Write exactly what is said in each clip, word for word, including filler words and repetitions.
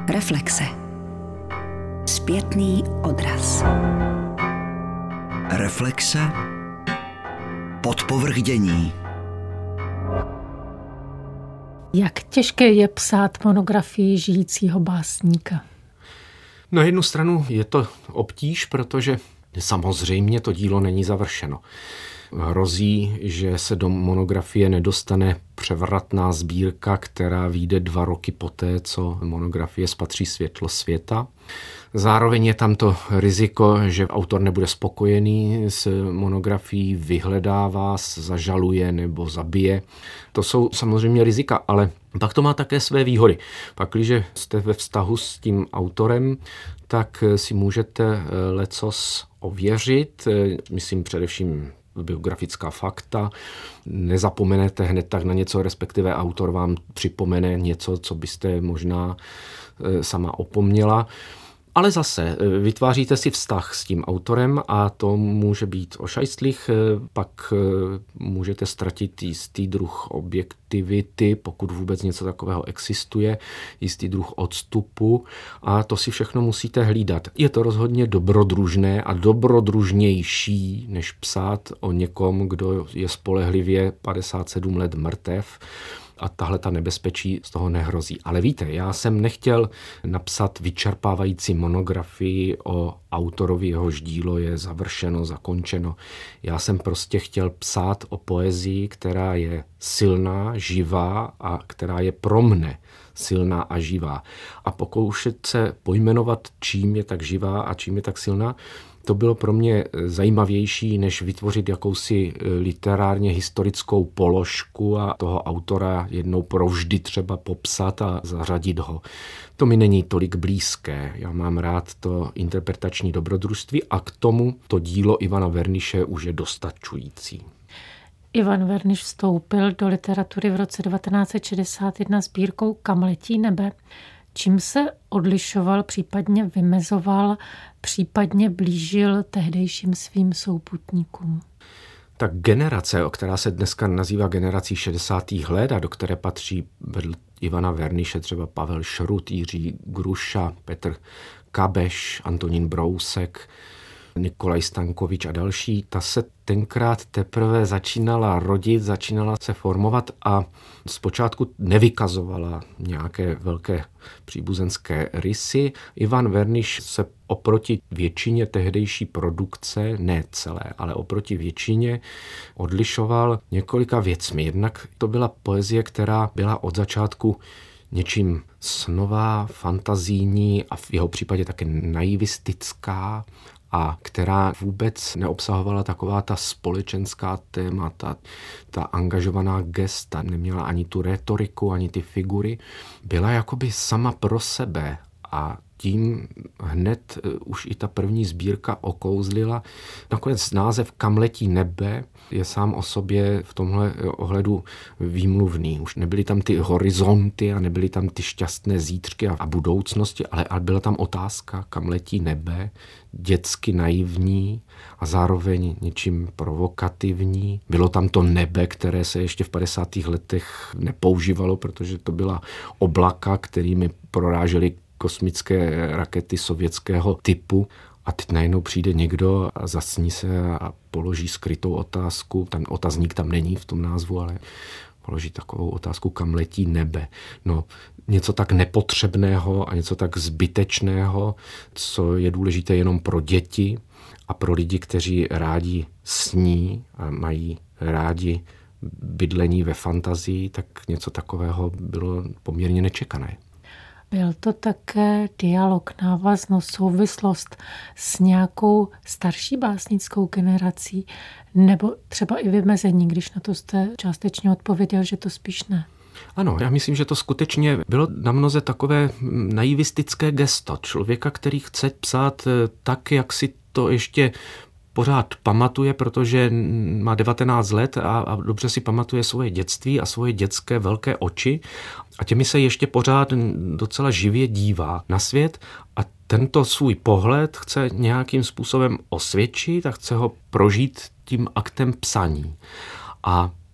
Reflexe. Zpětný odraz. Reflexe. Podpovrchdění. Jak těžké je psát monografii žijícího básníka? Na jednu stranu je to obtíž, protože samozřejmě to dílo není završeno. Hrozí, že se do monografie nedostane převratná sbírka, která vyjde dva roky poté, co monografie spatří světlo světa. Zároveň je tam to riziko, že autor nebude spokojený s monografií, vyhledá vás, zažaluje nebo zabije. To jsou samozřejmě rizika, ale pak to má také své výhody. Pakliže jste ve vztahu s tím autorem, tak si můžete lecos ověřit, myslím především biografická fakta, nezapomenete hned tak na něco, respektive autor vám připomene něco, co byste možná sama opomněla. Ale zase vytváříte si vztah s tím autorem a to může být ošajstlých, pak můžete ztratit jistý druh objektivity, pokud vůbec něco takového existuje, jistý druh odstupu a to si všechno musíte hlídat. Je to rozhodně dobrodružné a dobrodružnější, než psát o někom, kdo je spolehlivě padesát sedm let mrtev, a tahle ta nebezpečí z toho nehrozí. Ale víte, já jsem nechtěl napsat vyčerpávající monografii o autorovi, jehož dílo je završeno, zakončeno. Já jsem prostě chtěl psát o poezii, která je silná, živá a která je pro mne silná a živá. A pokoušet se pojmenovat, čím je tak živá a čím je tak silná, to bylo pro mě zajímavější, než vytvořit jakousi literárně historickou položku a toho autora jednou provždy třeba popsat a zařadit ho. To mi není tolik blízké. Já mám rád to interpretační dobrodružství a k tomu to dílo Ivana Verniše už je dostačující. Ivan Verniš vstoupil do literatury v roce devatenáct set šedesát jedna sbírkou Kam letí nebe. Čím se odlišoval, případně vymezoval, případně blížil tehdejším svým souputníkům? Ta generace, která se dneska nazývá generací šedesátých let a do které patří vedle Ivana Verniše třeba Pavel Šrut, Jiří Gruša, Petr Kabeš, Antonín Brousek, Nikolaj Stankovič a další, ta se tenkrát teprve začínala rodit, začínala se formovat a zpočátku nevykazovala nějaké velké příbuzenské rysy. Ivan Verniš se oproti většině tehdejší produkce, ne celé, ale oproti většině odlišoval několika věcmi. Jednak to byla poezie, která byla od začátku něčím snová, fantazijní a v jeho případě také naivistická, a která vůbec neobsahovala taková ta společenská témata, ta angažovaná gesta, neměla ani tu rétoriku, ani ty figury, byla jakoby sama pro sebe a tím hned už i ta první sbírka okouzlila. Nakonec název Kam letí nebe je sám o sobě v tomhle ohledu výmluvný. Už nebyly tam ty horizonty a nebyly tam ty šťastné zítřky a budoucnosti, ale, ale byla tam otázka, kam letí nebe, dětsky naivní a zároveň něčím provokativní. Bylo tam to nebe, které se ještě v padesátých letech nepoužívalo, protože to byla oblaka, kterými prorážely kosmické rakety sovětského typu a teď najednou přijde někdo a zasní se a položí skrytou otázku. Ten otazník tam není v tom názvu, ale položí takovou otázku, kam letí nebe. No, něco tak nepotřebného a něco tak zbytečného, co je důležité jenom pro děti a pro lidi, kteří rádi sní a mají rádi bydlení ve fantazii, tak něco takového bylo poměrně nečekané. Byl to také dialog, návaznost, souvislost s nějakou starší básnickou generací, nebo třeba i vymezení, když na to jste částečně odpověděl, že to spíš ne? Ano, já myslím, že to skutečně bylo na mnoze takové naivistické gesto člověka, který chce psát tak, jak si to ještě pořád pamatuje, protože má devatenáct let a, a dobře si pamatuje svoje dětství a svoje dětské velké oči a těmi se ještě pořád docela živě dívá na svět a tento svůj pohled chce nějakým způsobem osvědčit a chce ho prožít tím aktem psaní. A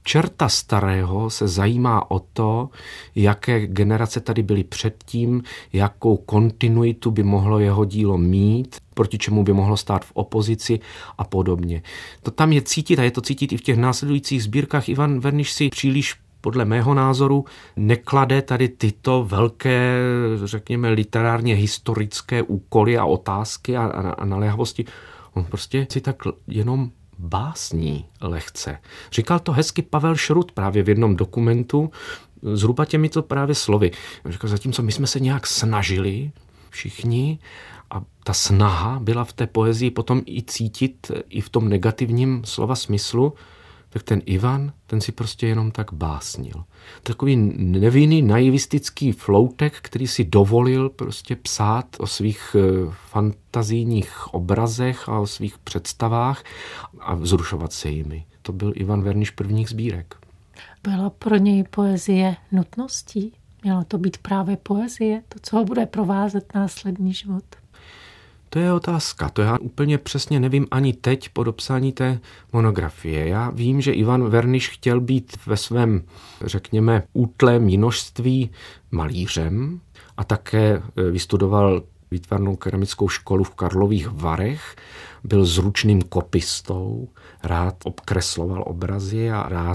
čerta starého se zajímá o to, jaké generace tady byly předtím, jakou kontinuitu by mohlo jeho dílo mít, proti čemu by mohlo stát v opozici a podobně. To tam je cítit a je to cítit i v těch následujících sbírkách. Ivan Verniš si příliš podle mého názoru neklade tady tyto velké, řekněme, literárně historické úkoly a otázky a, a, a naléhavosti. On prostě si tak jenom básní lehce. Říkal to hezky Pavel Šrut právě v jednom dokumentu, zhruba těmito právě slovy. Říkal, zatímco my jsme se nějak snažili všichni a ta snaha byla v té poezii potom i cítit i v tom negativním slova smyslu, tak ten Ivan, ten si prostě jenom tak básnil. Takový nevinný, naivistický floutek, který si dovolil prostě psát o svých fantazijních obrazech a o svých představách a vzrušovat se jimi. To byl Ivan Verniš prvních sbírek. Byla pro něj poezie nutností? Měla to být právě poezie? To, co ho bude provázet následný život? To je otázka. To já úplně přesně nevím ani teď po dopsání té monografie. Já vím, že Ivan Verniš chtěl být ve svém, řekněme, útlém jinožství malířem a také vystudoval výtvarnou keramickou školu v Karlových Varech, byl zručným kopistou, rád obkresloval obrazy a rád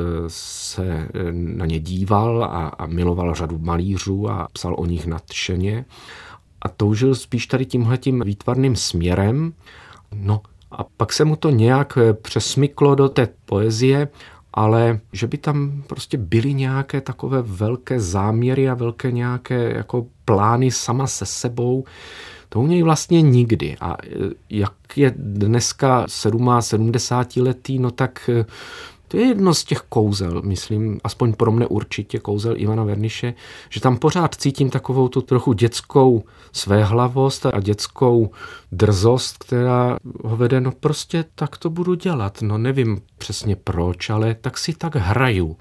se na ně díval a, a miloval řadu malířů a psal o nich nadšeně. A toužil spíš tady tímhletím výtvarným směrem. No a pak se mu to nějak přesmyklo do té poezie, ale že by tam prostě byly nějaké takové velké záměry a velké nějaké jako plány sama se sebou, to u něj vlastně nikdy. A jak je dneska sedmdesátiletý, no tak to je jedno z těch kouzel, myslím, aspoň pro mne určitě kouzel Ivana Verniše, že tam pořád cítím takovou tu trochu dětskou svéhlavost a dětskou drzost, která ho vede, no prostě tak to budu dělat, no nevím přesně proč, ale tak si tak hraju.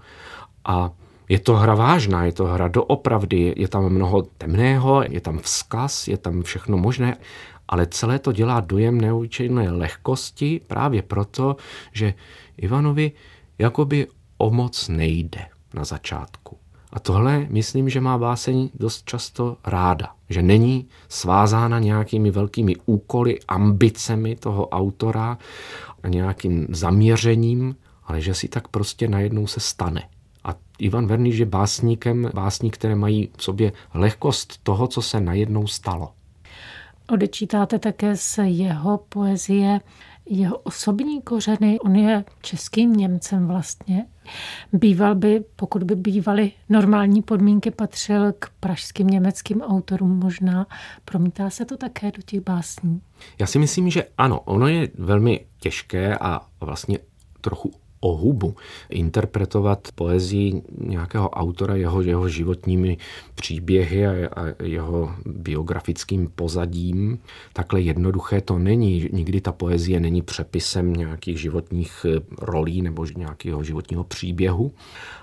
A je to hra vážná, je to hra doopravdy, je tam mnoho temného, je tam vzkaz, je tam všechno možné, ale celé to dělá dojem neobyčejné lehkosti právě proto, že Ivanovi jakoby o moc nejde na začátku. A tohle myslím, že má báseň dost často ráda, že není svázána nějakými velkými úkoly, ambicemi toho autora a nějakým zaměřením, ale že si tak prostě najednou se stane. A Ivan Verniš je básníkem, básní, které mají v sobě lehkost toho, co se najednou stalo. Odečítáte také z jeho poezie jeho osobní kořeny. On je českým Němcem vlastně. Býval by, pokud by bývaly normální podmínky, patřil k pražským německým autorům možná. Promítá se to také do těch básní? Já si myslím, že ano. Ono je velmi těžké a vlastně trochu o hubu interpretovat poezii nějakého autora, jeho, jeho životními příběhy a, a jeho biografickým pozadím. Takhle jednoduché to není. Nikdy ta poezie není přepisem nějakých životních rolí nebo nějakého životního příběhu,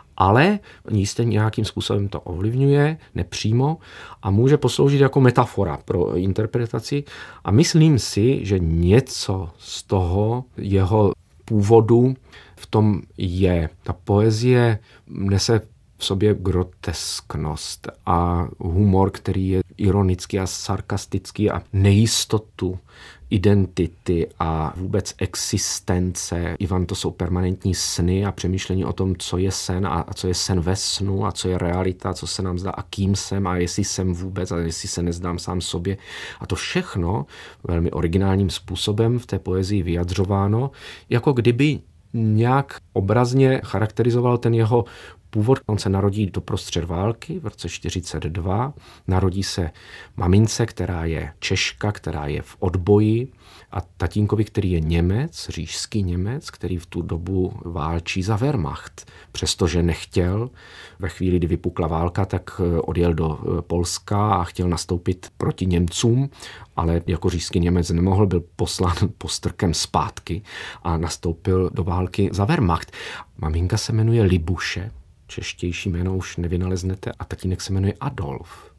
ale jistě nějakým způsobem to ovlivňuje nepřímo a může posloužit jako metafora pro interpretaci. A myslím si, že něco z toho jeho původu v tom je. Ta poezie nese v sobě grotesknost a humor, který je ironický a sarkastický a nejistotu identity a vůbec existence. Ivan, to jsou permanentní sny a přemýšlení o tom, co je sen a, a co je sen ve snu a co je realita, co se nám zdá a kým jsem a jestli jsem vůbec a jestli se nezdám sám sobě. A to všechno velmi originálním způsobem v té poezii vyjadřováno, jako kdyby nějak obrazně charakterizoval ten jeho původ. On se narodí doprostřed války v roce čtyřicet dva, narodí se mamince, která je Češka, která je v odboji a tatínkovi, který je Němec, říšský Němec, který v tu dobu válčí za Wehrmacht. Přestože nechtěl, ve chvíli, kdy vypukla válka, tak odjel do Polska a chtěl nastoupit proti Němcům, ale jako říšský Němec nemohl, byl poslán postrkem zpátky a nastoupil do války za Wehrmacht. Maminka se jmenuje Libuše, češtější jméno už nevynaleznete, a tatínek se jmenuje Adolf.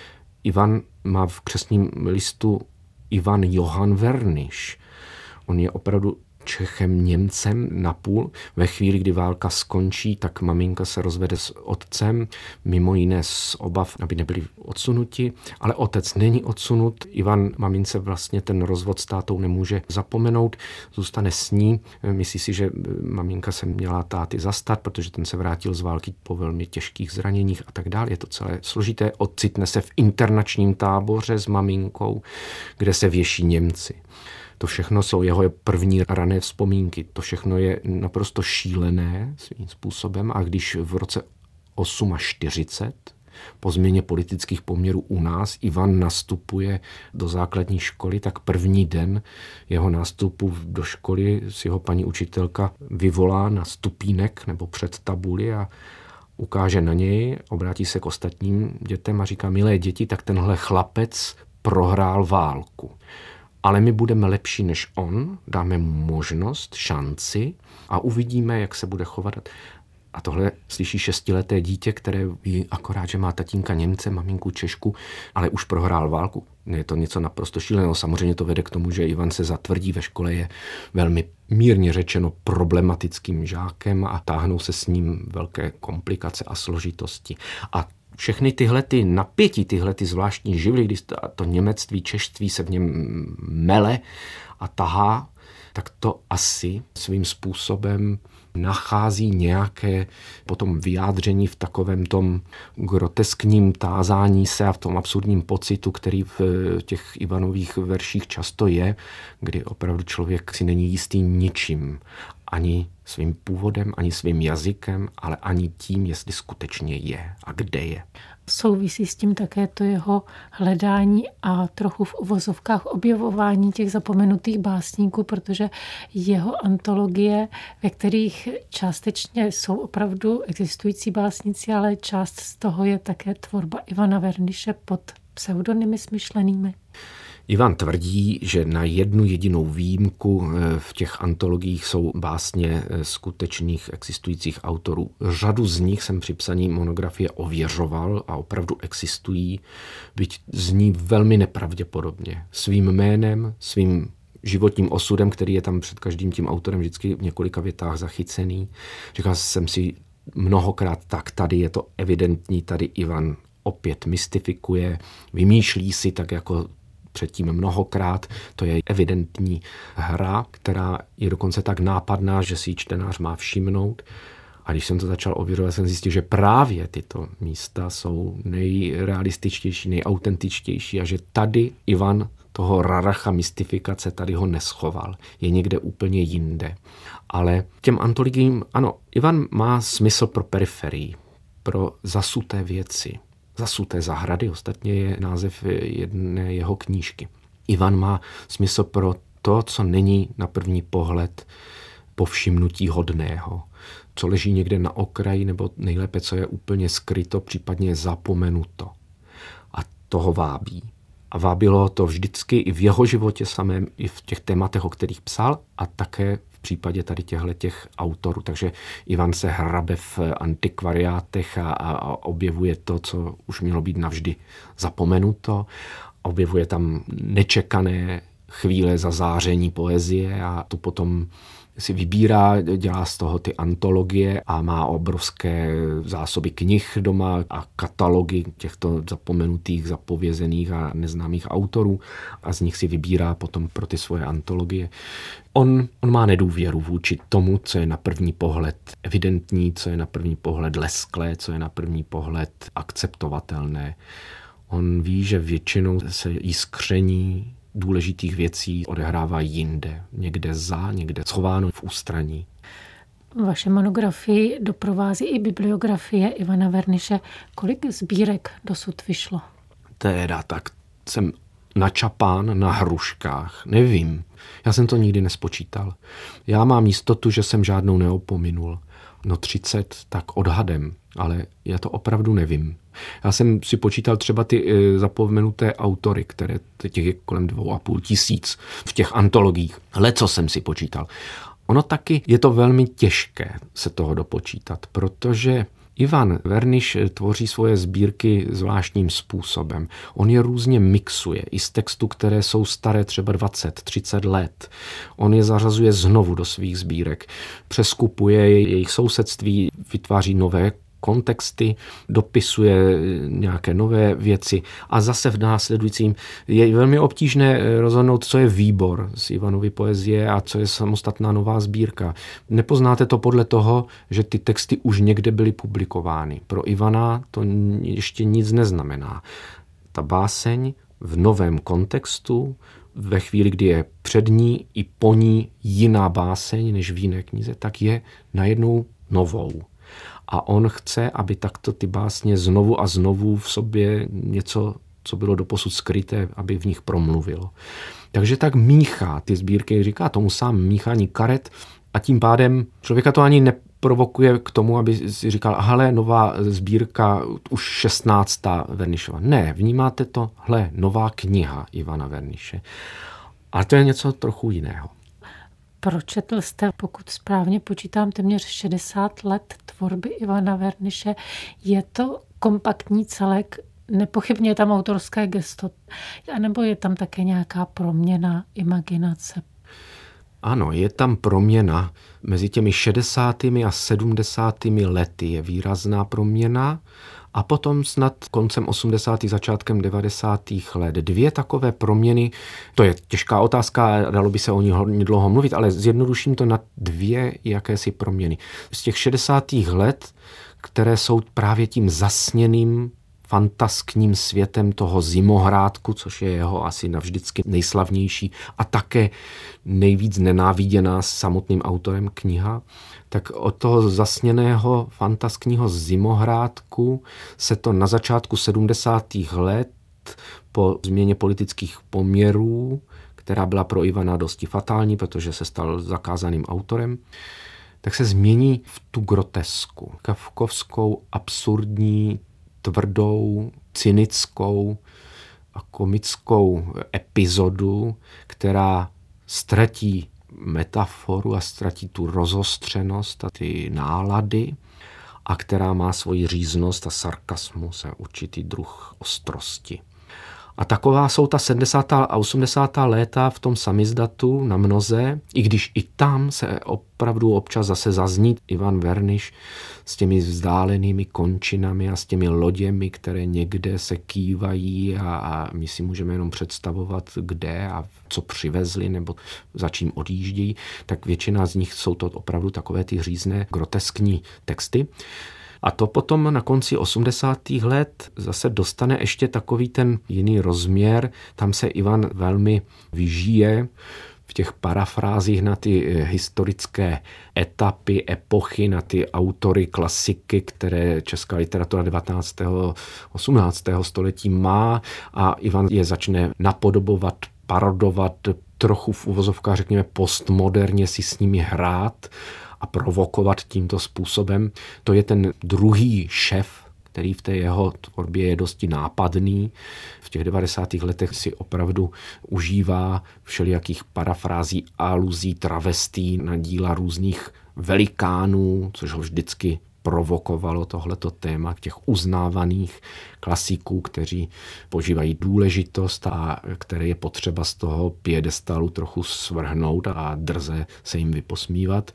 Ivan má v křestním listu Ivan Johann Verniš. On je opravdu Čechem, Němcem napůl. Ve chvíli, kdy válka skončí, tak maminka se rozvede s otcem, mimo jiné z obav, aby nebyli odsunuti, ale otec není odsunut. Ivan mamince vlastně ten rozvod s tátou nemůže zapomenout, zůstane s ní. Myslí si, že maminka se měla táty zastat, protože ten se vrátil z války po velmi těžkých zraněních a tak dále. Je to celé složité. Ocitne se v internačním táboře s maminkou, kde se věší Němci. To všechno jsou jeho první rané vzpomínky. To všechno je naprosto šílené svým způsobem a když v roce čtyřicet osm po změně politických poměrů u nás Ivan nastupuje do základní školy, tak první den jeho nástupu do školy si jeho paní učitelka vyvolá na stupínek nebo před tabuli a ukáže na něj, obrátí se k ostatním dětem a říká: milé děti, tak tenhle chlapec prohrál válku. Ale my budeme lepší než on, dáme mu možnost, šanci a uvidíme, jak se bude chovat. A tohle slyší šestileté dítě, které ví akorát, že má tatínka Němce, maminku Češku, ale už prohrál válku. Je to něco naprosto šíleného. Samozřejmě to vede k tomu, že Ivan se zatvrdí ve škole, je velmi mírně řečeno problematickým žákem a táhnou se s ním velké komplikace a složitosti. A všechny tyhle ty napětí, tyhle ty zvláštní živly, když to, to němectví, češtví se v něm mele a tahá, tak to asi svým způsobem nachází nějaké potom vyjádření v takovém tom groteskním tázání se a v tom absurdním pocitu, který v těch Ivanových verších často je, kdy opravdu člověk si není jistý ničím. Ani svým původem, ani svým jazykem, ale ani tím, jestli skutečně je a kde je. Souvisí s tím také to jeho hledání a trochu v uvozovkách objevování těch zapomenutých básníků, protože jeho antologie, ve kterých částečně jsou opravdu existující básníci, ale část z toho je také tvorba Ivana Verniše pod pseudonymy smyšlenými. Ivan tvrdí, že na jednu jedinou výjimku v těch antologiích jsou básně skutečných existujících autorů. Řadu z nich jsem při psaní monografie ověřoval a opravdu existují, byť zní velmi nepravděpodobně. Svým jménem, svým životním osudem, který je tam před každým tím autorem vždycky v několika větách zachycený. Říkal jsem si mnohokrát, tak tady je to evidentní, tady Ivan opět mystifikuje, vymýšlí si tak jako předtím mnohokrát. To je evidentní hra, která je dokonce tak nápadná, že si ji čtenář má všimnout. A když jsem to začal ověřovat, jsem zjistil, že právě tyto místa jsou nejrealističtější, nejautentičtější a že tady Ivan toho raracha mystifikace tady ho neschoval. Je někde úplně jinde. Ale těm antologiím, ano, Ivan má smysl pro periferii, pro zasuté věci. Zasuté zahrady, ostatně je název jedné jeho knížky. Ivan má smysl pro to, co není na první pohled povšimnutí hodného, co leží někde na okraji, nebo nejlépe, co je úplně skryto, případně zapomenuto. A toho vábí. A vábilo to vždycky i v jeho životě samém, i v těch tématech, o kterých psal, a také v případě tady těch autorů. Takže Ivan se hrabe v antikvariátech a, a objevuje to, co už mělo být navždy zapomenuto. Objevuje tam nečekané chvíle zazáření poezie a tu potom si vybírá, dělá z toho ty antologie a má obrovské zásoby knih doma a katalogy těchto zapomenutých, zapovězených a neznámých autorů a z nich si vybírá potom pro ty svoje antologie. On, on má nedůvěru vůči tomu, co je na první pohled evidentní, co je na první pohled lesklé, co je na první pohled akceptovatelné. On ví, že většinou se jiskření důležitých věcí odehrává jinde, někde za, někde schováno v ústraní. Vaše monografii doprovází i bibliografie Ivana Verniše. Kolik sbírek dosud vyšlo? Teda, tak jsem načapán na hruškách. Nevím. Já jsem to nikdy nespočítal. Já mám jistotu, že jsem žádnou neopominul. No třicet, tak odhadem, ale já to opravdu nevím. Já jsem si počítal třeba ty e, zapomenuté autory, které těch je kolem dvou a půl tisíc v těch antologiích. Leco jsem si počítal. Ono taky je to velmi těžké se toho dopočítat, protože Ivan Verniš tvoří svoje sbírky zvláštním způsobem. On je různě mixuje, i z textů, které jsou staré třeba dvacet třicet let. On je zařazuje znovu do svých sbírek, přeskupuje jejich sousedství, vytváří nové kontexty, dopisuje nějaké nové věci a zase v následujícím je velmi obtížné rozhodnout, co je výbor z Ivanovy poezie a co je samostatná nová sbírka. Nepoznáte to podle toho, že ty texty už někde byly publikovány. Pro Ivana to ještě nic neznamená. Ta báseň v novém kontextu, ve chvíli, kdy je před ní i po ní jiná báseň než v jiné knize, tak je najednou novou. A on chce, aby takto ty básně znovu a znovu v sobě něco, co bylo doposud skryté, aby v nich promluvilo. Takže tak míchá ty sbírky, říká tomu sám míchání karet a tím pádem člověka to ani neprovokuje k tomu, aby si říkal, hele, nová sbírka, už šestnáctá Vernišova. Ne, vnímáte to, hle, nová kniha Ivana Verniše. Ale to je něco trochu jiného. Pročetl jste, pokud správně počítám, téměř šedesát let tvorby Ivana Verniše. Je to kompaktní celek, nepochybně je tam autorské gesto, anebo je tam také nějaká proměna imaginace? Ano, je tam proměna. Mezi těmi šedesátými a sedmdesátými lety je výrazná proměna a potom snad koncem osmdesátých začátkem devadesátých let. Dvě takové proměny, to je těžká otázka, dalo by se o ní hodně dlouho mluvit, ale zjednoduším to na dvě jakési proměny. Z těch šedesátých let, které jsou právě tím zasněným fantaskním světem toho Zimohrádku, což je jeho asi navždycky nejslavnější a také nejvíc nenáviděná s samotným autorem kniha, tak od toho zasněného fantaskního Zimohrádku se to na začátku sedmdesátých let po změně politických poměrů, která byla pro Ivana dosti fatální, protože se stal zakázaným autorem, tak se změní v tu grotesku, kafkovskou, absurdní, tvrdou, cynickou a komickou epizodu, která ztratí metaforu a ztratí tu rozostřenost a ty nálady a která má svoji říznost a sarkasmus a určitý druh ostrosti. A taková jsou ta sedmdesátá a osmdesátá léta v tom samizdatu na mnoze, i když i tam se opravdu občas zase zazní Ivan Verniš s těmi vzdálenými končinami a s těmi loděmi, které někde se kývají a, a my si můžeme jenom představovat, kde a co přivezli nebo za čím odjíždějí, tak většina z nich jsou to opravdu takové ty řízné, groteskní texty. A to potom na konci osmdesátých let zase dostane ještě takový ten jiný rozměr. Tam se Ivan velmi vyžije v těch parafrázích na ty historické etapy, epochy, na ty autory, klasiky, které česká literatura devatenáctého osmnáctého století má a Ivan je začne napodobovat, parodovat, trochu v uvozovkách, řekněme, postmoderně si s nimi hrát a provokovat tímto způsobem. To je ten druhý šef, který v té jeho tvorbě je dosti nápadný. V těch devadesátých letech si opravdu užívá všelijakých parafrází, aluzí, travestí na díla různých velikánů, což ho vždycky provokovalo tohleto téma těch uznávaných klasiků, kteří požívají důležitost a které je potřeba z toho piedestalu trochu svrhnout a drze se jim vyposmívat,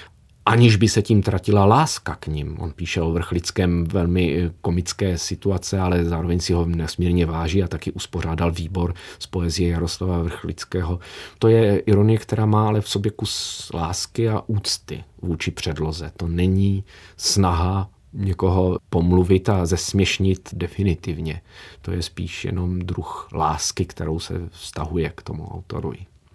aniž by se tím tratila láska k nim. On píše o Vrchlickém velmi komické situace, ale zároveň si ho nesmírně váží a taky uspořádal výbor z poezie Jaroslava Vrchlického. To je ironie, která má ale v sobě kus lásky a úcty vůči předloze. To není snaha někoho pomluvit a zesměšnit definitivně. To je spíš jenom druh lásky, kterou se vztahuje k tomu autorovi.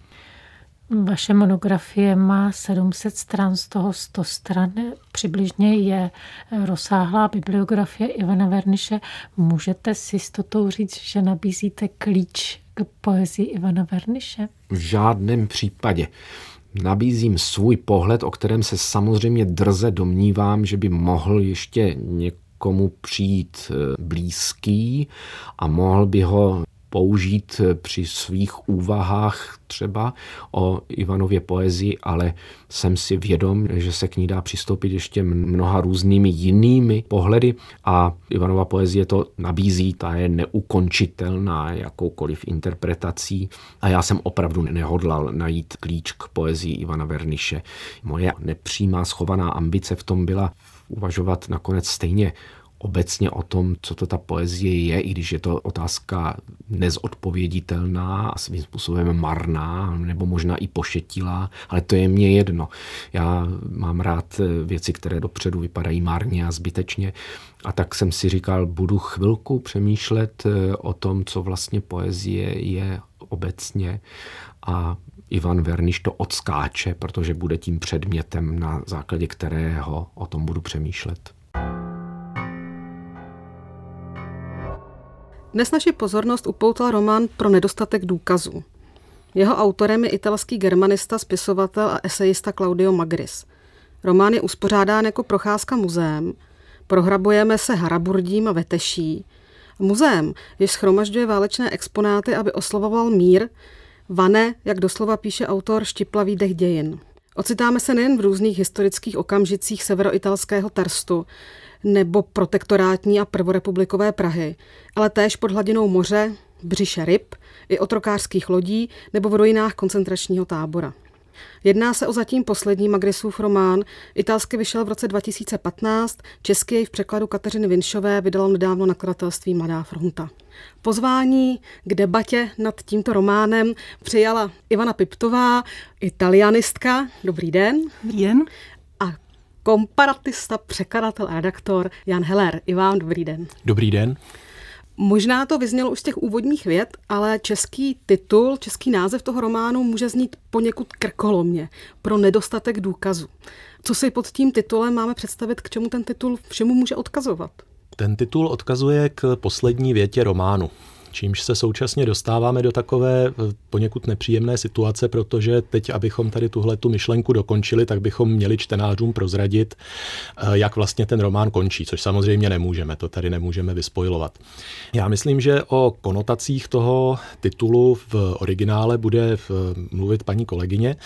Vaše monografie má sedm set stran, z toho sto stran. Přibližně je rozsáhlá bibliografie Ivana Verniše. Můžete si s jistotou říct, že nabízíte klíč k poezii Ivana Verniše? V žádném případě. Nabízím svůj pohled, o kterém se samozřejmě drze domnívám, že by mohl ještě někomu přijít blízký a mohl by ho použít při svých úvahách třeba o Ivanově poezii, ale jsem si vědom, že se k ní dá přistoupit ještě mnoha různými jinými pohledy a Ivanova poezie to nabízí, ta je neukončitelná jakoukoliv interpretací a já jsem opravdu nehodlal najít klíč k poezii Ivana Verniše. Moje nepřímá schovaná ambice v tom byla uvažovat nakonec stejně obecně o tom, co to ta poezie je, i když je to otázka nezodpověditelná a svým způsobem marná, nebo možná i pošetilá, ale to je mně jedno. Já mám rád věci, které dopředu vypadají marně a zbytečně, a tak jsem si říkal, budu chvilku přemýšlet o tom, co vlastně poezie je obecně, a Ivan Verniš to odskáče, protože bude tím předmětem, na základě kterého o tom budu přemýšlet. Dnes naši pozornost upoutal román Pro nedostatek důkazů. Jeho autorem je italský germanista, spisovatel a esejista Claudio Magris. Román je uspořádán jako procházka muzeem, prohrabujeme se Haraburdím a Veteší. Muzeem, jež shromažďuje válečné exponáty, aby oslovoval mír, vane, jak doslova píše autor, štiplavý dech dějin. Ocitáme se nejen v různých historických okamžicích severoitalského Terstu, nebo protektorátní a prvorepublikové Prahy, ale též pod hladinou moře, břiše ryb, i otrokářských lodí nebo v ruinách koncentračního tábora. Jedná se o zatím poslední Magrisův román, italsky vyšel v roce dva tisíce patnáct, česky jej v překladu Kateřiny Vinšové vydalo nedávno nakladatelství Mladá fronta. Pozvání k debatě nad tímto románem přijala Ivana Piptová, italianistka. Dobrý den. Dobrý den. A komparatista, překladatel a redaktor Jan Heller. I vám dobrý den. Dobrý den. Možná to vyznělo už z těch úvodních vět, ale český titul, český název toho románu může znít poněkud krkolomně. Pro nedostatek důkazů. Co si pod tím titulem máme představit, k čemu ten titul všemu může odkazovat? Ten titul odkazuje k poslední větě románu, čímž se současně dostáváme do takové poněkud nepříjemné situace, protože teď, abychom tady tuhletu myšlenku dokončili, tak bychom měli čtenářům prozradit, jak vlastně ten román končí, což samozřejmě nemůžeme, to tady nemůžeme vyspojovat. Já myslím, že o konotacích toho titulu v originále bude mluvit paní kolegyně,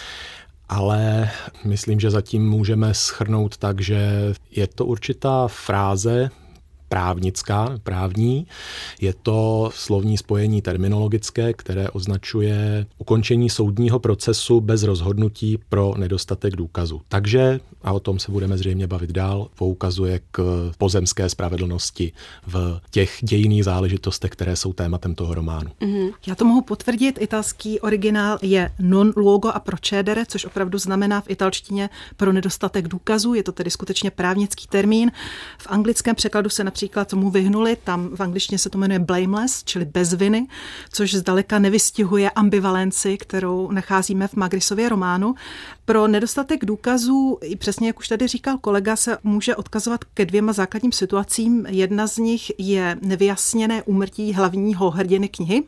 ale myslím, že zatím můžeme shrnout tak, že je to určitá fráze, právnická, právní. Je to slovní spojení terminologické, které označuje ukončení soudního procesu bez rozhodnutí pro nedostatek důkazu. Takže, a o tom se budeme zřejmě bavit dál, poukazuje k pozemské spravedlnosti v těch dějinných záležitostech, které jsou tématem toho románu. Mm-hmm. Já to mohu potvrdit. Italský originál je non luogo a procedere, což opravdu znamená v italštině pro nedostatek důkazů. Je to tedy skutečně právnický termín. V anglickém překladu se například Například tomu vyhnuli, tam v angličtině se to jmenuje blameless, čili bez viny, což zdaleka nevystihuje ambivalenci, kterou nacházíme v Magrisově románu. Pro nedostatek důkazů, i přesně jak už tady říkal kolega, se může odkazovat ke dvěma základním situacím. Jedna z nich je nevyjasněné úmrtí hlavního hrdiny knihy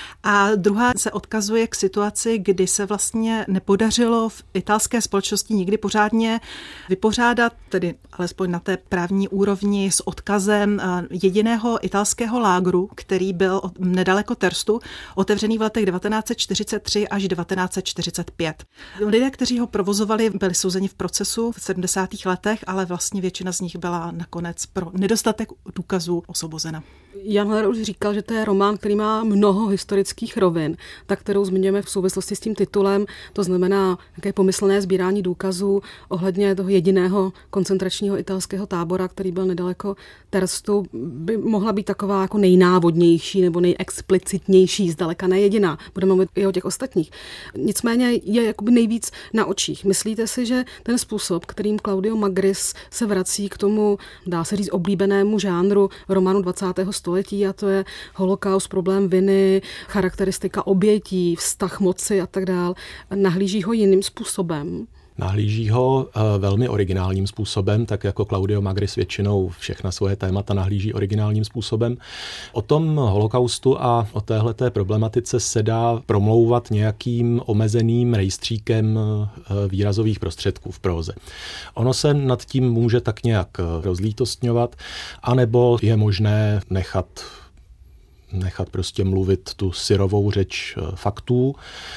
a druhá se odkazuje k situaci, kdy se vlastně nepodařilo v italské společnosti nikdy pořádně vypořádat, tedy alespoň na té právní úrovni, s odkazem jediného italského lágru, který byl nedaleko Terstu, otevřený v letech devatenáct set čtyřicet tři až devatenáct set čtyřicet pět. Lidé, kteří ho provozovali, byli souzeni v procesu v sedmdesátých letech, ale vlastně většina z nich byla nakonec pro nedostatek důkazů osvobozena. Jan Heller už říkal, že to je román, který má mnoho historických rovin, tak kterou zmiňujeme v souvislosti s tím titulem, to znamená nějaké pomyslné sbírání důkazů ohledně toho jediného koncentračního italského tábora, který byl nedaleko Terstu, by mohla být taková jako nejnávodnější nebo nejexplicitnější, zdaleka ne jediná. Budeme mluvit i o těch ostatních. Nicméně je jakoby nejvíc na očích. Myslíte si, že ten způsob, kterým Claudio Magris se vrací k tomu, dá se říct, oblíbenému žánru románu dvacátého století, a to je holokaust, problém viny, charakteristika obětí, vztah moci a tak dál, nahlíží ho jiným způsobem? Nahlíží ho velmi originálním způsobem, tak jako Claudio Magris většinou všechna svoje témata nahlíží originálním způsobem. O tom holokaustu a o téhleté problematice se dá promlouvat nějakým omezeným rejstříkem výrazových prostředků v próze. Ono se nad tím může tak nějak rozlítostňovat, anebo je možné nechat nechat prostě mluvit tu syrovou řeč faktů.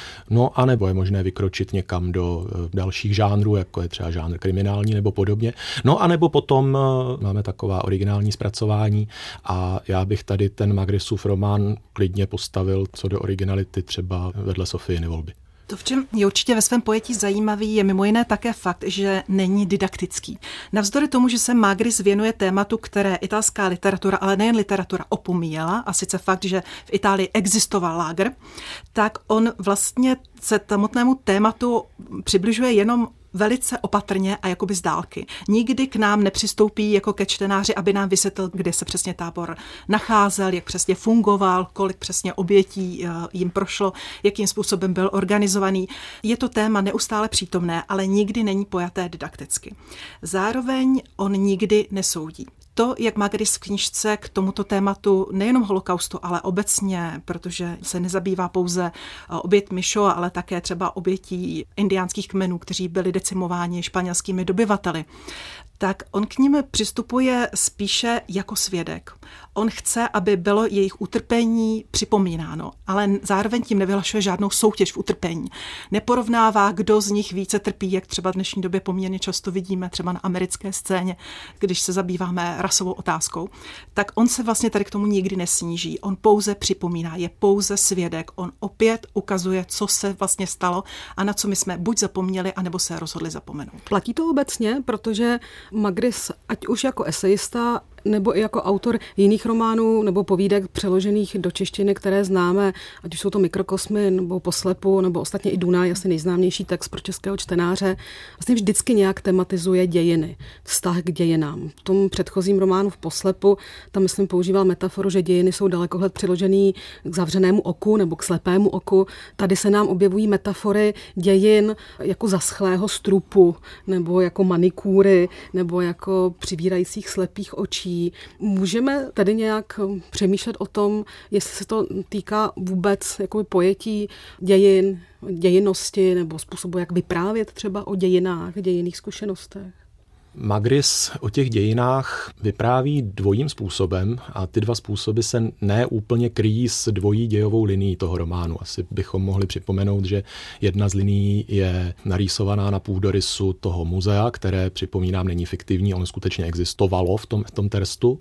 No a nebo je možné vykročit někam do dalších žánrů, jako je třeba žánr kriminální nebo podobně. No a nebo potom máme taková originální zpracování a já bych tady ten Magrisův román klidně postavil co do originality třeba vedle Sofijiny volby. To, v čem je určitě ve svém pojetí zajímavý, je mimo jiné také fakt, že není didaktický. Navzdory tomu, že se Magris věnuje tématu, které italská literatura, ale nejen literatura, opomíjela, a sice fakt, že v Itálii existoval lágr, tak on vlastně se samotnému tématu přibližuje jenom velice opatrně a jakoby z dálky. Nikdy k nám nepřistoupí jako ke čtenáři, aby nám vysvětlil, kde se přesně tábor nacházel, jak přesně fungoval, kolik přesně obětí jim prošlo, jakým způsobem byl organizovaný. Je to téma neustále přítomné, ale nikdy není pojaté didakticky. Zároveň on nikdy nesoudí. To, jak Magris v knížce k tomuto tématu nejenom holokaustu, ale obecně, protože se nezabývá pouze oběťmi Shoah, ale také třeba obětí indiánských kmenů, kteří byli decimováni španělskými dobyvateli, tak on k nim přistupuje spíše jako svědek. On chce, aby bylo jejich utrpení připomínáno, ale zároveň tím nevyhlašuje žádnou soutěž v utrpení. Neporovnává, kdo z nich více trpí, jak třeba v dnešní době poměrně často vidíme třeba na americké scéně, když se zabýváme rasovou otázkou. Tak on se vlastně tady k tomu nikdy nesníží. On pouze připomíná, je pouze svědek. On opět ukazuje, co se vlastně stalo a na co my jsme buď zapomněli, anebo se rozhodli zapomenout. Platí to obecně, protože Magris, ať už jako esejista, nebo i jako autor jiných románů nebo povídek přeložených do češtiny, které známe, ať už jsou to Mikrokosmy nebo Poslepu, nebo ostatně i Dunaj, asi nejznámější text pro českého čtenáře, vlastně vždycky nějak tematizuje dějiny, vztah k dějinám. V tom předchozím románu v Poslepu tam, myslím, používal metaforu, že dějiny jsou dalekohled přiložený k zavřenému oku nebo k slepému oku. Tady se nám objevují metafory dějin jako zaschlého strupu, nebo jako manikúry, nebo jako přivírajících slepých očí. Můžeme tady nějak přemýšlet o tom, jestli se to týká vůbec jakoby pojetí dějin, dějinnosti nebo způsobu, jak vyprávět třeba o dějinách, dějinných zkušenostech? Magris o těch dějinách vypráví dvojím způsobem a ty dva způsoby se ne úplně kryjí s dvojí dějovou linií toho románu. Asi bychom mohli připomenout, že jedna z linií je narýsovaná na půdorysu toho muzea, které, připomínám, není fiktivní, ono skutečně existovalo v tom, v tom Terstu.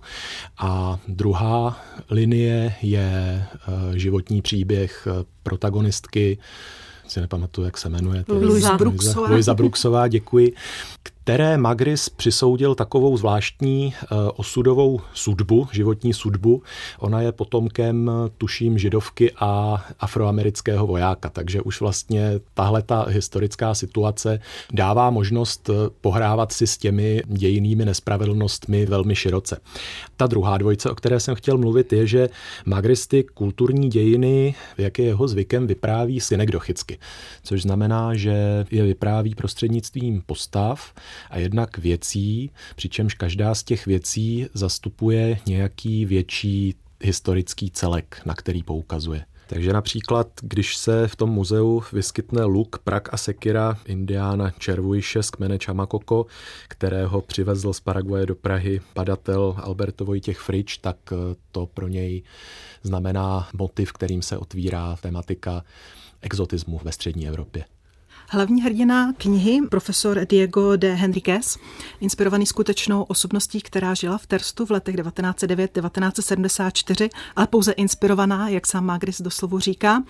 A druhá linie je životní příběh protagonistky, si nepamatuju, jak se jmenuje. Louisa Brooksová. Louisa Brooksová, děkuji. Které Magris přisoudil takovou zvláštní uh, osudovou sudbu, životní sudbu. Ona je potomkem, tuším, židovky a afroamerického vojáka, takže už vlastně tahle ta historická situace dává možnost pohrávat si s těmi dějinými nespravedlnostmi velmi široce. Ta druhá dvojice, o které jsem chtěl mluvit, je, že Magris ty kulturní dějiny, jak je jeho zvykem, vypráví synekdochicky, což znamená, že je vypráví prostřednictvím postav a jednak věcí, přičemž každá z těch věcí zastupuje nějaký větší historický celek, na který poukazuje. Takže například, když se v tom muzeu vyskytne luk, prak a sekira indiána Červuiše z kmene Chamakoko, kterého přivezl z Paraguaje do Prahy badatel Alberto Vojtěch Frič, tak to pro něj znamená motiv, kterým se otvírá tematika exotismu ve střední Evropě. Hlavní hrdina knihy, profesor Diego de Henriquez, inspirovaný skutečnou osobností, která žila v Terstu v letech devatenáct set devět až devatenáct set sedmdesát čtyři, ale pouze inspirovaná, jak sám Magris doslovu říká,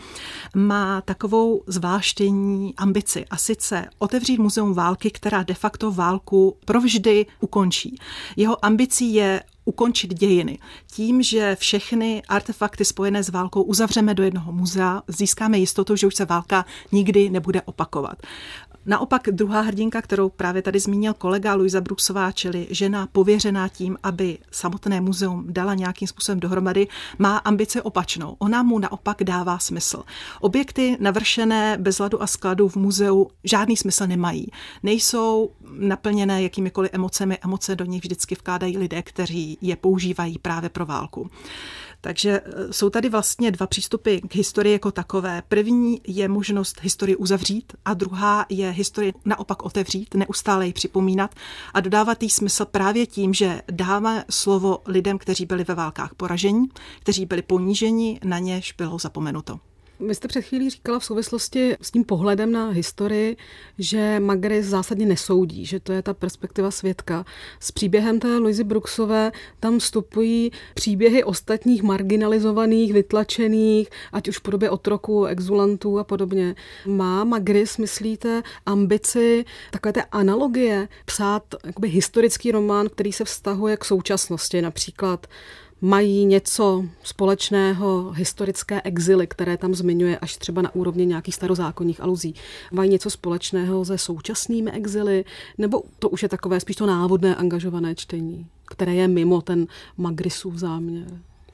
má takovou zvláštní ambici, a sice otevřít muzeum války, která de facto válku provždy ukončí. Jeho ambicí je ukončit dějiny. Tím, že všechny artefakty spojené s válkou uzavřeme do jednoho muzea, získáme jistotu, že už se válka nikdy nebude opakovat. Naopak druhá hrdinka, kterou právě tady zmínil kolega Louisa Brooksová, čili žena pověřená tím, aby samotné muzeum dala nějakým způsobem dohromady, má ambici opačnou. Ona mu naopak dává smysl. Objekty navršené bez ladu a skladu v muzeu žádný smysl nemají. Nejsou naplněné jakýmikoliv emocemi. Emoce do nich vždycky vkládají lidé, kteří je používají právě pro válku. Takže jsou tady vlastně dva přístupy k historii jako takové. První je možnost historii uzavřít a druhá je historii naopak otevřít, neustále ji připomínat a dodávat jí smysl právě tím, že dáme slovo lidem, kteří byli ve válkách poražení, kteří byli poníženi, na něž bylo zapomenuto. Vy jste před chvílí říkala v souvislosti s tím pohledem na historii, že Magris zásadně nesoudí, že to je ta perspektiva svědka. S příběhem té Louisy Brooksové tam vstupují příběhy ostatních marginalizovaných, vytlačených, ať už v podobě otroků, exulantů a podobně. Má Magris, myslíte, ambici takové té analogie psát jakoby historický román, který se vztahuje k současnosti, například mají něco společného, historické exily, které tam zmiňuje až třeba na úrovni nějakých starozákonních aluzí. Mají něco společného se současnými exily, nebo to už je takové spíš to návodné angažované čtení, které je mimo ten Magrisův záměr?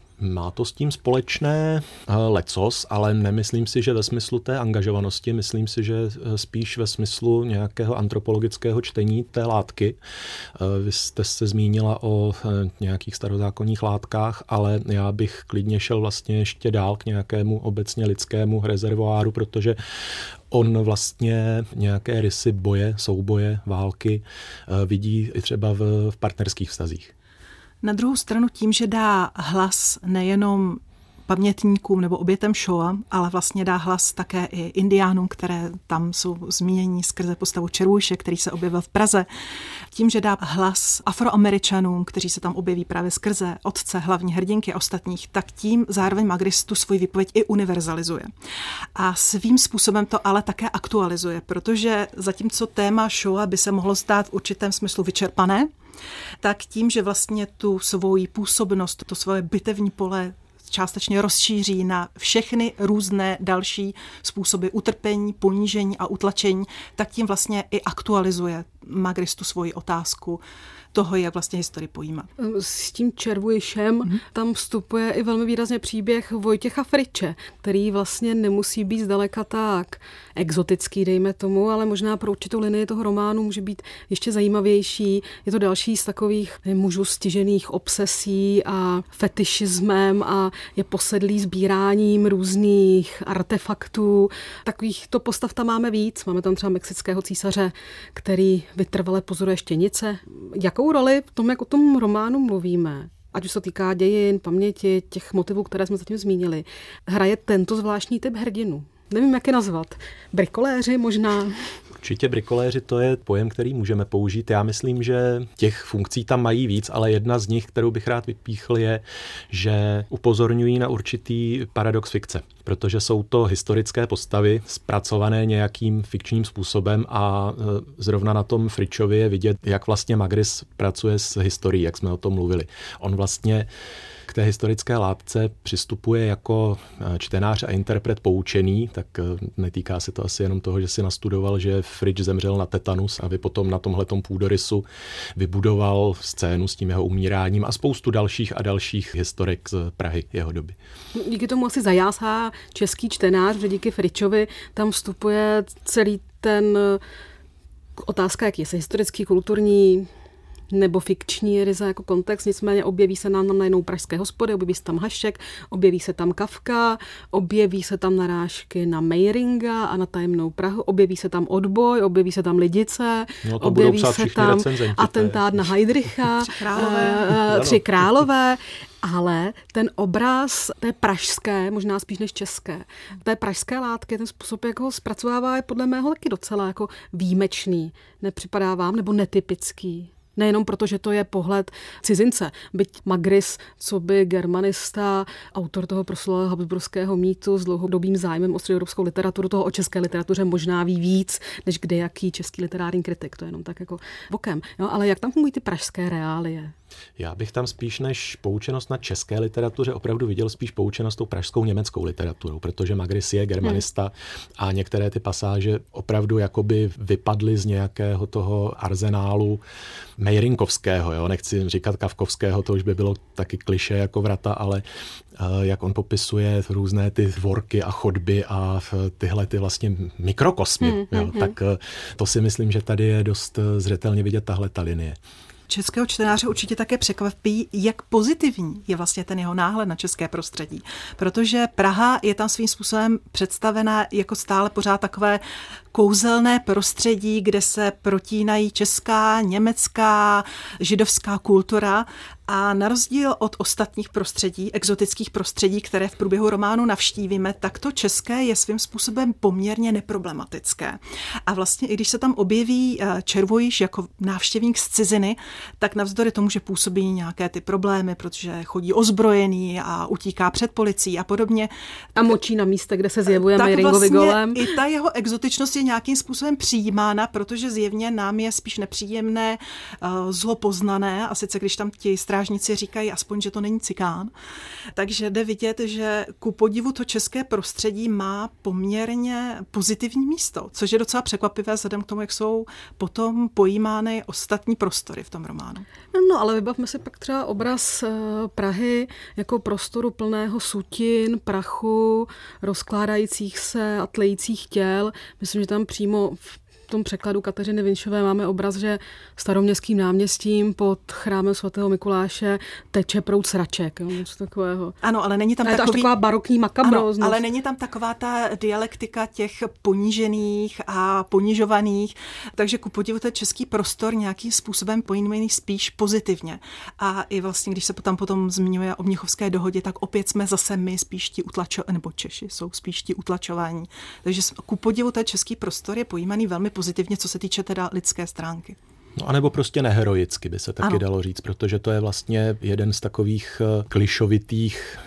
Má to s tím společné lecos, ale nemyslím si, že ve smyslu té angažovanosti, myslím si, že spíš ve smyslu nějakého antropologického čtení té látky. Vy jste se zmínila o nějakých starozákonních látkách, ale já bych klidně šel vlastně ještě dál k nějakému obecně lidskému rezervoáru, protože on vlastně nějaké rysy boje, souboje, války vidí i třeba v, v partnerských vztazích. Na druhou stranu tím, že dá hlas nejenom pamětníkům nebo obětem Shoah, ale vlastně dá hlas také i indiánům, které tam jsou zmíněni skrze postavu Červuše, který se objevil v Praze. Tím, že dá hlas Afroameričanům, kteří se tam objeví právě skrze otce hlavní hrdinky a ostatních, tak tím zároveň Magris tu svoji výpověď i univerzalizuje. A svým způsobem to ale také aktualizuje, protože zatímco téma Shoah by se mohlo stát v určitém smyslu vyčerpané, tak tím, že vlastně tu svoji působnost, to svoje bitevní pole částečně rozšíří na všechny různé další způsoby utrpení, ponížení a utlačení, tak tím vlastně i aktualizuje Magris tu svoji otázku toho, jak vlastně historii pojímat. S tím Červušem mm-hmm. tam vstupuje i velmi výrazně příběh Vojtěcha Friče, který vlastně nemusí být zdaleka tak exotický, dejme tomu, ale možná pro určitou linii toho románu může být ještě zajímavější. Je to další z takových mužů stižených obsesí a fetišismem a je posedlý sbíráním různých artefaktů. Takovýchto postav tam máme víc. Máme tam třeba mexického císaře, který vytrvale pozoruje štěnice. Jakou roli v tom, jak o tom románu mluvíme, ať už se týká dějin, paměti, těch motivů, které jsme zatím zmínili, hraje tento zvláštní typ hrdinu? Nevím, jak je nazvat. Brikoléři možná? Určitě brikoléři, to je pojem, který můžeme použít. Já myslím, že těch funkcí tam mají víc, ale jedna z nich, kterou bych rád vypíchl, je, že upozorňují na určitý paradox fikce, protože jsou to historické postavy zpracované nějakým fikčním způsobem a zrovna na tom Fričovi je vidět, jak vlastně Magris pracuje s historií, jak jsme o tom mluvili. On vlastně k té historické látce přistupuje jako čtenář a interpret poučený, tak netýká se to asi jenom toho, že si nastudoval, že Frič zemřel na tetanus, aby potom na tomhletom půdorysu vybudoval scénu s tím jeho umíráním a spoustu dalších a dalších historek z Prahy jeho doby. Díky tomu asi zajásá český čtenář, že díky Fričovi tam vstupuje celý ten otázka, jaký je se historický, kulturní nebo fikční ryze jako kontext, nicméně objeví se nám najednou pražské hospody, objeví se tam Hašek, objeví se tam Kafka, objeví se tam narážky na Meiringa a na tajemnou Prahu, objeví se tam Odboj, objeví se tam Lidice, no, objeví se tam atentát na Heydricha, Tři králové, uh, Tři králové. Ale ten obraz té pražské, možná spíš než české, té pražské látky, ten způsob, jak ho zpracovává, je podle mého taky docela jako výjimečný. Nepřipadá vám, nebo netypický? Nejenom proto, že to je pohled cizince. Byť Magris, co by germanista, autor toho proslulého habsburského mýtu s dlouhodobým zájmem o středoevropskou literaturu, toho o české literatuře možná ví víc, než kdejaký český literární kritik. To je jenom tak jako bokem. Jo, ale jak tam fungují ty pražské reálie? Já bych tam spíš než poučenost na české literatuře opravdu viděl spíš poučenost tou pražskou německou literaturou, protože Magris je germanista hmm. a některé ty pasáže opravdu jakoby vypadly z nějakého toho arzenálu meirinkovského, jo? Nechci říkat kafkovského, to už by bylo taky klišé jako vrata, ale uh, jak on popisuje různé ty dvorky a chodby a tyhle ty vlastně mikrokosmy, hmm, jo? Hmm. tak uh, to si myslím, že tady je dost zřetelně vidět tahle ta linie. Českého čtenáře určitě také překvapí, jak pozitivní je vlastně ten jeho náhled na české prostředí. Protože Praha je tam svým způsobem představená jako stále pořád takové kouzelné prostředí, kde se protínají česká, německá, židovská kultura a na rozdíl od ostatních prostředí, exotických prostředí, které v průběhu románu navštívíme, tak to české je svým způsobem poměrně neproblematické. A vlastně i když se tam objeví Červojiš jako návštěvník z ciziny, tak navzdory tomu, že působí nějaké ty problémy, protože chodí ozbrojený a utíká před policií a podobně. A močí na místě, kde se zjevuje Meiringovi golem. I ta jeho exotičnost je nějakým způsobem přijímána, protože zjevně nám je spíš nepříjemné, zlo poznané, a sice když tam ti strážníci říkají aspoň, že to není cikán. Takže jde vidět, že ku podivu to české prostředí má poměrně pozitivní místo, což je docela překvapivé vzhledem k tomu, jak jsou potom pojímány ostatní prostory v tom románu. No, ale vybavme si pak třeba obraz Prahy jako prostoru plného sutin, prachu, rozkládajících se a tlejících těl. Myslím, že tam přímo v tom překladu Kateřiny Vinšové máme obraz, že staroměstským náměstím pod chrámem svatého Mikuláše teče proud sraček. Jo, něco takového. Ano, ale není tam a je takový... to až taková barokní makabróznost. Ano, ale není tam taková ta dialektika těch ponížených a ponižovaných, takže ku podivu ten český prostor nějakým způsobem pojímaný spíš pozitivně. A i vlastně, když se tam potom zmiňuje o Mnichovské dohodě, tak opět jsme zase my spíš ti utlačovaní, nebo Češi jsou spíš ti utlačování. Takže ku podivu ten český prostor je pojímaný velmi pozitivně, co se týče teda lidské stránky. No anebo prostě neheroicky by se taky ano. dalo říct, protože to je vlastně jeden z takových klišovitých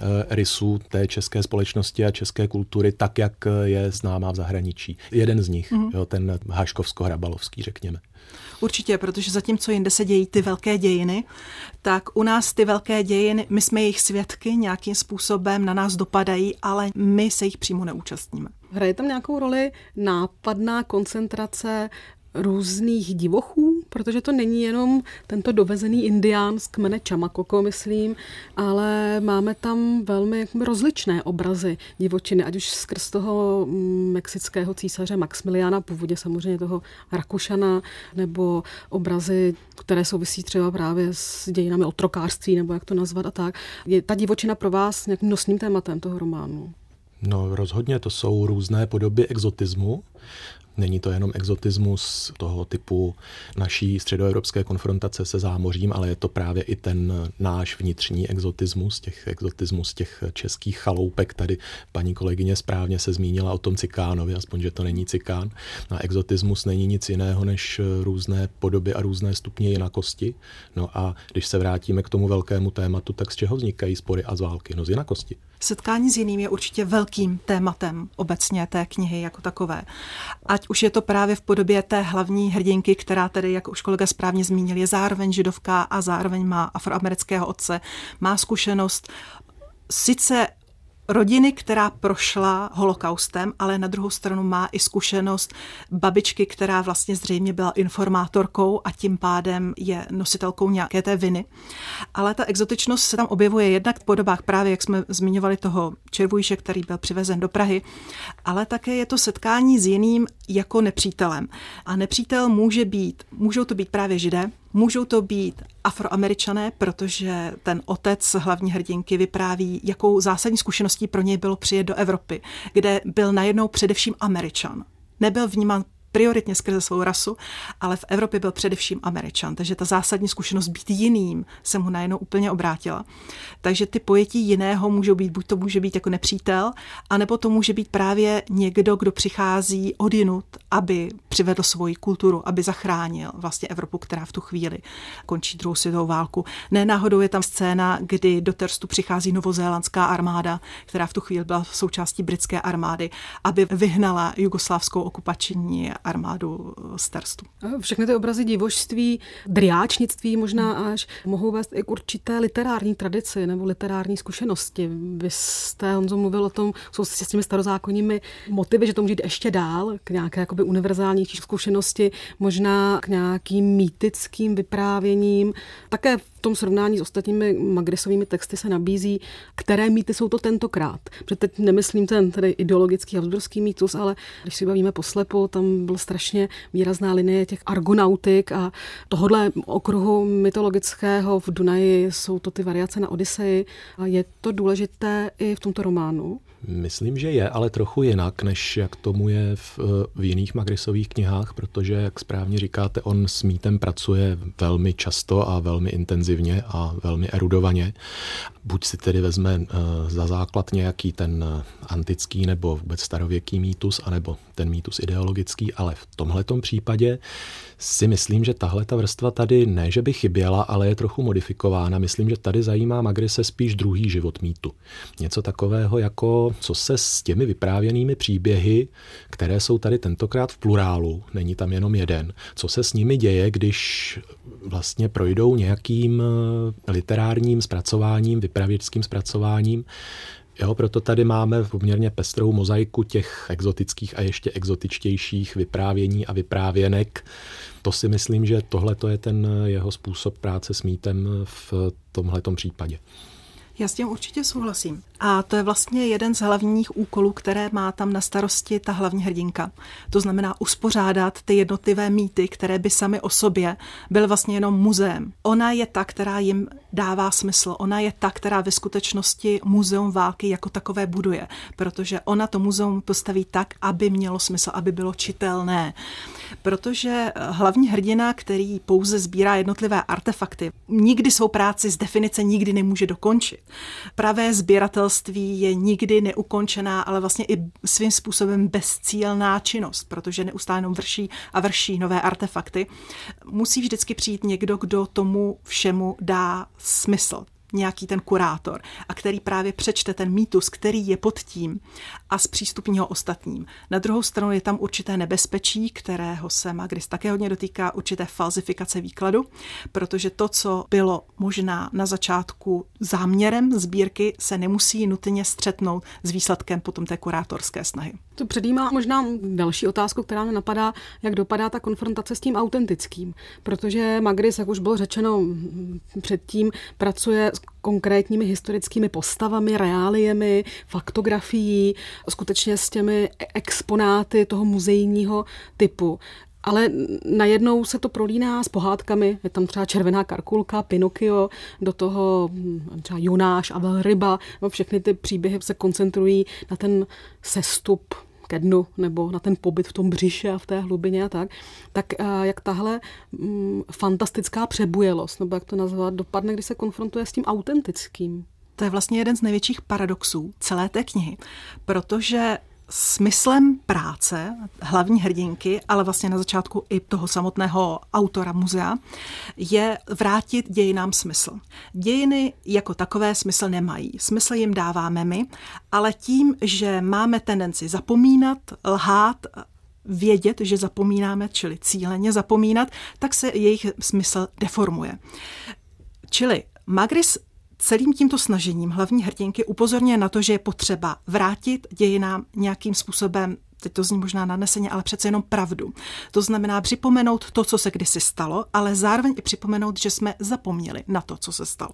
rysů té české společnosti a české kultury, tak jak je známá v zahraničí. Jeden z nich, mm-hmm. jo, ten haškovsko-hrabalovský, řekněme. Určitě, protože zatímco jinde se dějí ty velké dějiny, tak u nás ty velké dějiny, my jsme jejich svědky, nějakým způsobem na nás dopadají, ale my se jich přímo neúčastníme. Hraje tam nějakou roli nápadná koncentrace různých divochů, protože to není jenom tento dovezený indián z kmene Čamakoko, myslím, ale máme tam velmi jakoby rozličné obrazy divočiny, ať už skrz toho mexického císaře Maximiliána, původně samozřejmě toho Rakušana, nebo obrazy, které souvisí třeba právě s dějinami otrokářství, nebo jak to nazvat a tak. Je ta divočina pro vás nějakým nosným tématem toho románu? No rozhodně, to jsou různé podoby exotismu. Není to jenom exotismus toho typu naší středoevropské konfrontace se zámořím, ale je to právě i ten náš vnitřní exotismus, těch exotismus těch českých chaloupek. Tady paní kolegyně správně se zmínila o tom cikánovi, aspoň, že to není cikán. A exotismus není nic jiného než různé podoby a různé stupně jinakosti. No a když se vrátíme k tomu velkému tématu, tak z čeho vznikají spory a války? No z jinakosti. Setkání s jiným je určitě velkým tématem obecně té knihy jako takové. Ať už je to právě v podobě té hlavní hrdinky, která tedy, jak už kolega správně zmínil, je zároveň židovka a zároveň má afroamerického otce, má zkušenost sice rodiny, která prošla holokaustem, ale na druhou stranu má i zkušenost babičky, která vlastně zřejmě byla informátorkou a tím pádem je nositelkou nějaké té viny. Ale ta exotičnost se tam objevuje jednak v podobách právě, jak jsme zmiňovali toho Červojiše, který byl přivezen do Prahy, ale také je to setkání s jiným jako nepřítelem. A nepřítel může být, můžou to být právě Židé, můžou to být Afroameričané, protože ten otec hlavní hrdinky vypráví, jakou zásadní zkušeností pro něj bylo přijet do Evropy, kde byl najednou především Američan. Nebyl vnímán prioritně skrze svou rasu, ale v Evropě byl především Američan, takže ta zásadní zkušenost být jiným se mu najednou úplně obrátila. Takže ty pojetí jiného můžou být, buď to může být jako nepřítel, anebo to může být právě někdo, kdo přichází odjinud, aby přivedl svoji kulturu, aby zachránil vlastně Evropu, která v tu chvíli končí druhou světovou válku. Ne náhodou je tam scéna, kdy do Terstu přichází novozélandská armáda, která v tu chvíli byla součástí britské armády, aby vyhnala jugoslávskou okupační armádu z Terstu. Všechny ty obrazy divožství, driáčnictví možná až mohou vést i k určité literární tradici nebo literární zkušenosti. Vy jste, Honzo, mluvil o tom, jsou s těmi starozákonními motivy, že to může jít ještě dál k nějaké jakoby univerzálnější zkušenosti, možná k nějakým mýtickým vyprávěním. Také v tom srovnání s ostatními Magrisovými texty se nabízí, které mýty jsou to tentokrát. Protože teď nemyslím ten tedy ideologický habsburský mýtus, ale když si bavíme poslepu, tam byl strašně výrazná linie těch argonautik a tohodle okruhu mytologického v Dunaji jsou to ty variace na Odyseji. A je to důležité i v tomto románu? Myslím, že je, ale trochu jinak, než jak tomu je v, v jiných Magrisových knihách, protože, jak správně říkáte, on s mýtem pracuje velmi často a velmi intenzivně a velmi erudovaně. Buď si tedy vezme uh, za základ nějaký ten uh, antický nebo vůbec starověký mýtus, anebo ten mýtus ideologický, ale v tomhletom případě si myslím, že tahle ta vrstva tady ne, že by chyběla, ale je trochu modifikována. Myslím, že tady zajímá Magrise spíš druhý život mýtu. Něco takového, jako co se s těmi vyprávěnými příběhy, které jsou tady tentokrát v plurálu, není tam jenom jeden, co se s nimi děje, když vlastně projdou nějakým literárním zpracováním, vypravěčským zpracováním. Jo, proto tady máme poměrně pestrou mozaiku těch exotických a ještě exotičtějších vyprávění a vyprávěnek. To si myslím, že tohle je ten jeho způsob práce s mýtem v tomhletom případě. Já s tím určitě souhlasím. A to je vlastně jeden z hlavních úkolů, které má tam na starosti ta hlavní hrdinka. To znamená uspořádat ty jednotlivé mýty, které by samy o sobě byly vlastně jenom muzeem. Ona je ta, která jim dává smysl. Ona je ta, která ve skutečnosti muzeum války jako takové buduje. Protože ona to muzeum postaví tak, aby mělo smysl, aby bylo čitelné. Protože hlavní hrdina, který pouze sbírá jednotlivé artefakty, nikdy svou práci z definice nikdy nemůže dokončit. Pravé sběratelství je nikdy neukončená, ale vlastně i svým způsobem bezcílná činnost, protože neustále jenom vrší a vrší nové artefakty. Musí vždycky přijít někdo, kdo tomu všemu dá smysl. Nějaký ten kurátor, a který právě přečte ten mýtus, který je pod tím a zpřístupní ho ostatním. Na druhou stranu je tam určité nebezpečí, kterého se Magris také hodně dotýká, určité falzifikace výkladu, protože to, co bylo možná na začátku záměrem sbírky, se nemusí nutně střetnout s výsledkem potom té kurátorské snahy. To předjímá možná další otázku, která mě napadá, jak dopadá ta konfrontace s tím autentickým. Protože Magris, jak už bylo řečeno předtím, pracuje s konkrétními historickými postavami, reáliemi, faktografií, skutečně s těmi exponáty toho muzejního typu. Ale najednou se to prolíná s pohádkami, je tam třeba Červená Karkulka, Pinokio, do toho třeba Jonáš a Velryba, no všechny ty příběhy se koncentrují na ten sestup ke dnu nebo na ten pobyt v tom břiše a v té hlubině a tak. Tak jak tahle mm, fantastická přebujelost, nebo jak to nazvat, dopadne, když se konfrontuje s tím autentickým? To je vlastně jeden z největších paradoxů celé té knihy, protože smyslem práce hlavní hrdinky, ale vlastně na začátku i toho samotného autora muzea, je vrátit dějinám smysl. Dějiny jako takové smysl nemají. Smysl jim dáváme my, ale tím, že máme tendenci zapomínat, lhát, vědět, že zapomínáme, čili cíleně zapomínat, tak se jejich smysl deformuje. Čili Magris celým tímto snažením hlavní hrdinky upozorňuje na to, že je potřeba vrátit dějinám nějakým způsobem, teď to zní možná nadneseně, ale přece jenom pravdu. To znamená připomenout to, co se kdysi stalo, ale zároveň i připomenout, že jsme zapomněli na to, co se stalo.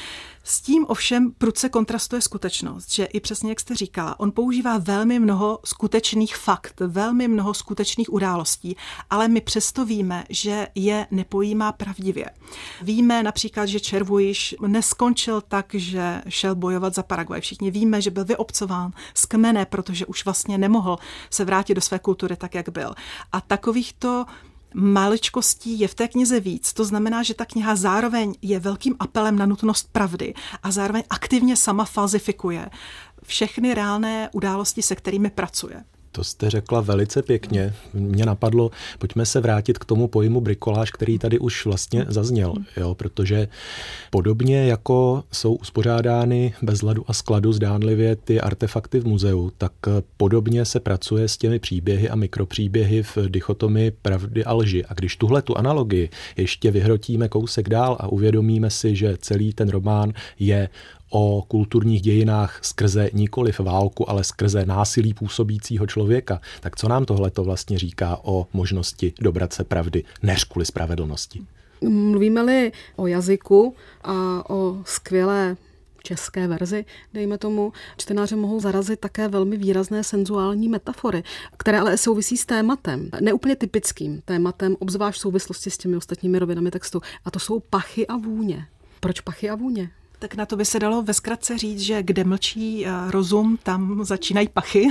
S tím ovšem prudce kontrastuje skutečnost, že i přesně, jak jste říkala, on používá velmi mnoho skutečných fakt, velmi mnoho skutečných událostí, ale my přesto víme, že je nepojímá pravdivě. Víme například, že Červujiš neskončil tak, že šel bojovat za Paraguay. Všichni víme, že byl vyobcován z kmene, protože už vlastně nemohl se vrátit do své kultury tak, jak byl. A takovýchto maličkostí je v té knize víc. To znamená, že ta kniha zároveň je velkým apelem na nutnost pravdy a zároveň aktivně sama falzifikuje všechny reálné události, se kterými pracuje. To jste řekla velice pěkně. Mě napadlo, pojďme se vrátit k tomu pojmu brikoláž, který tady už vlastně zazněl, jo, protože podobně jako jsou uspořádány bez ladu a skladu zdánlivě ty artefakty v muzeu, tak podobně se pracuje s těmi příběhy a mikropříběhy v dichotomii pravdy a lži. A když tuhle tu analogii ještě vyhrotíme kousek dál a uvědomíme si, že celý ten román je o kulturních dějinách skrze nikoliv válku, ale skrze násilí působícího člověka, tak co nám tohleto vlastně říká o možnosti dobrat se pravdy, než kvůli spravedlnosti? Mluvíme-li o jazyku a o skvělé české verzi, dejme tomu, čtenáře mohou zarazit také velmi výrazné senzuální metafory, které ale souvisí s tématem, neúplně typickým tématem, obzvlášť v souvislosti s těmi ostatními rovinami textu. A to jsou pachy a vůně. Proč pachy a vůně? Tak na to by se dalo ve zkratce říct, že kde mlčí rozum, tam začínají pachy,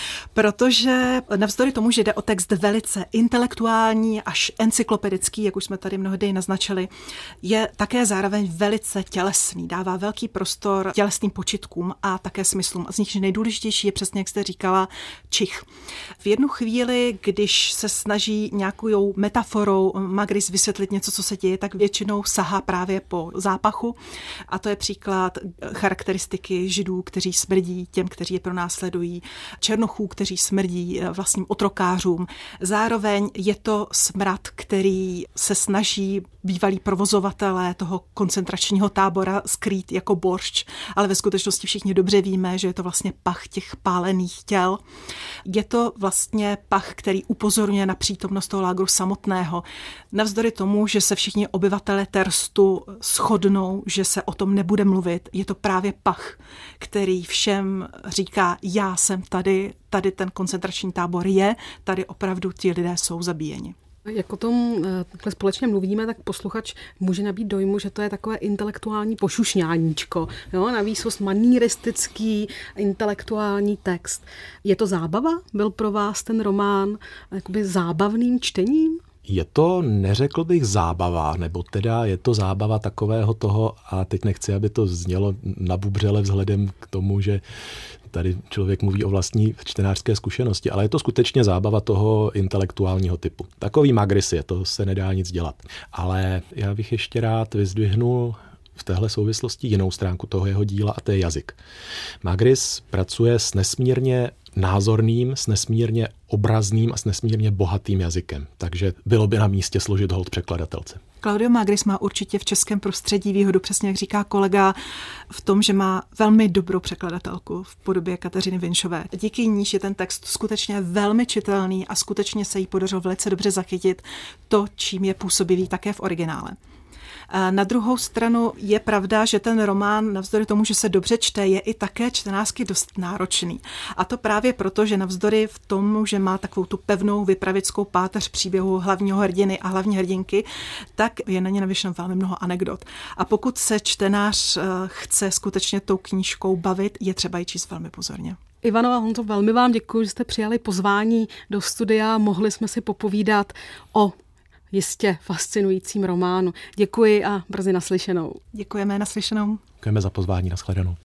protože navzdory tomu, že jde o text velice intelektuální až encyklopedický, jak už jsme tady mnohdy naznačili, je také zároveň velice tělesný, dává velký prostor tělesným počitkům a také smyslům. A z nich nejdůležitější je přesně, jak jste říkala, čich. V jednu chvíli, když se snaží nějakou metaforou Magris vysvětlit něco, co se děje, tak většinou sahá právě po zápachu, a to je příklad charakteristiky Židů, kteří smrdí těm, kteří je pronásledují, černochů, kteří smrdí vlastním otrokářům. Zároveň je to smrad, který se snaží bývalí provozovatelé toho koncentračního tábora skrýt jako boršč, ale ve skutečnosti všichni dobře víme, že je to vlastně pach těch pálených těl. Je to vlastně pach, který upozorňuje na přítomnost toho lágru samotného. Navzdory tomu, že se všichni obyvatelé Terstu shodnou, že se o tom nebude mluvit, je to právě pach, který všem říká, já jsem tady, tady ten koncentrační tábor je, tady opravdu ti lidé jsou zabíjeni. Jak o tom takhle společně mluvíme, tak posluchač může nabít dojmu, že to je takové intelektuální pošušňáníčko, jo? Navýsost manieristický intelektuální text. Je to zábava? Byl pro vás ten román jakoby zábavným čtením? Je to, neřekl bych, zábava, nebo teda je to zábava takového toho, a teď nechci, aby to znělo nabubřele vzhledem k tomu, že tady člověk mluví o vlastní čtenářské zkušenosti, ale je to skutečně zábava toho intelektuálního typu. Takový Magris je, to se nedá nic dělat. Ale já bych ještě rád vyzdvihnul v téhle souvislosti jinou stránku toho jeho díla, a to je jazyk. Magris pracuje s nesmírně názorným, s nesmírně obrazným a s nesmírně bohatým jazykem. Takže bylo by na místě složit hold překladatelce. Claudio Magris má určitě v českém prostředí výhodu, přesně jak říká kolega, v tom, že má velmi dobrou překladatelku v podobě Kateřiny Vinšové. Díky níž je ten text skutečně velmi čitelný a skutečně se jí podařilo velice dobře zachytit to, čím je působivý také v originále. Na druhou stranu je pravda, že ten román, navzdory tomu, že se dobře čte, je i také čtenářsky dost náročný. A to právě proto, že navzdory v tomu, že má takovou tu pevnou vypravickou páteř příběhu hlavního hrdiny a hlavní hrdinky, tak je na ně navěšeno velmi mnoho anekdot. A pokud se čtenář chce skutečně tou knížkou bavit, je třeba ji číst velmi pozorně. Ivano a Honzo, velmi vám děkuji, že jste přijali pozvání do studia. Mohli jsme si popovídat o jistě fascinujícím románu. Děkuji a brzy naslyšenou. Děkujeme, naslyšenou. Děkujeme za pozvání, nashledanou.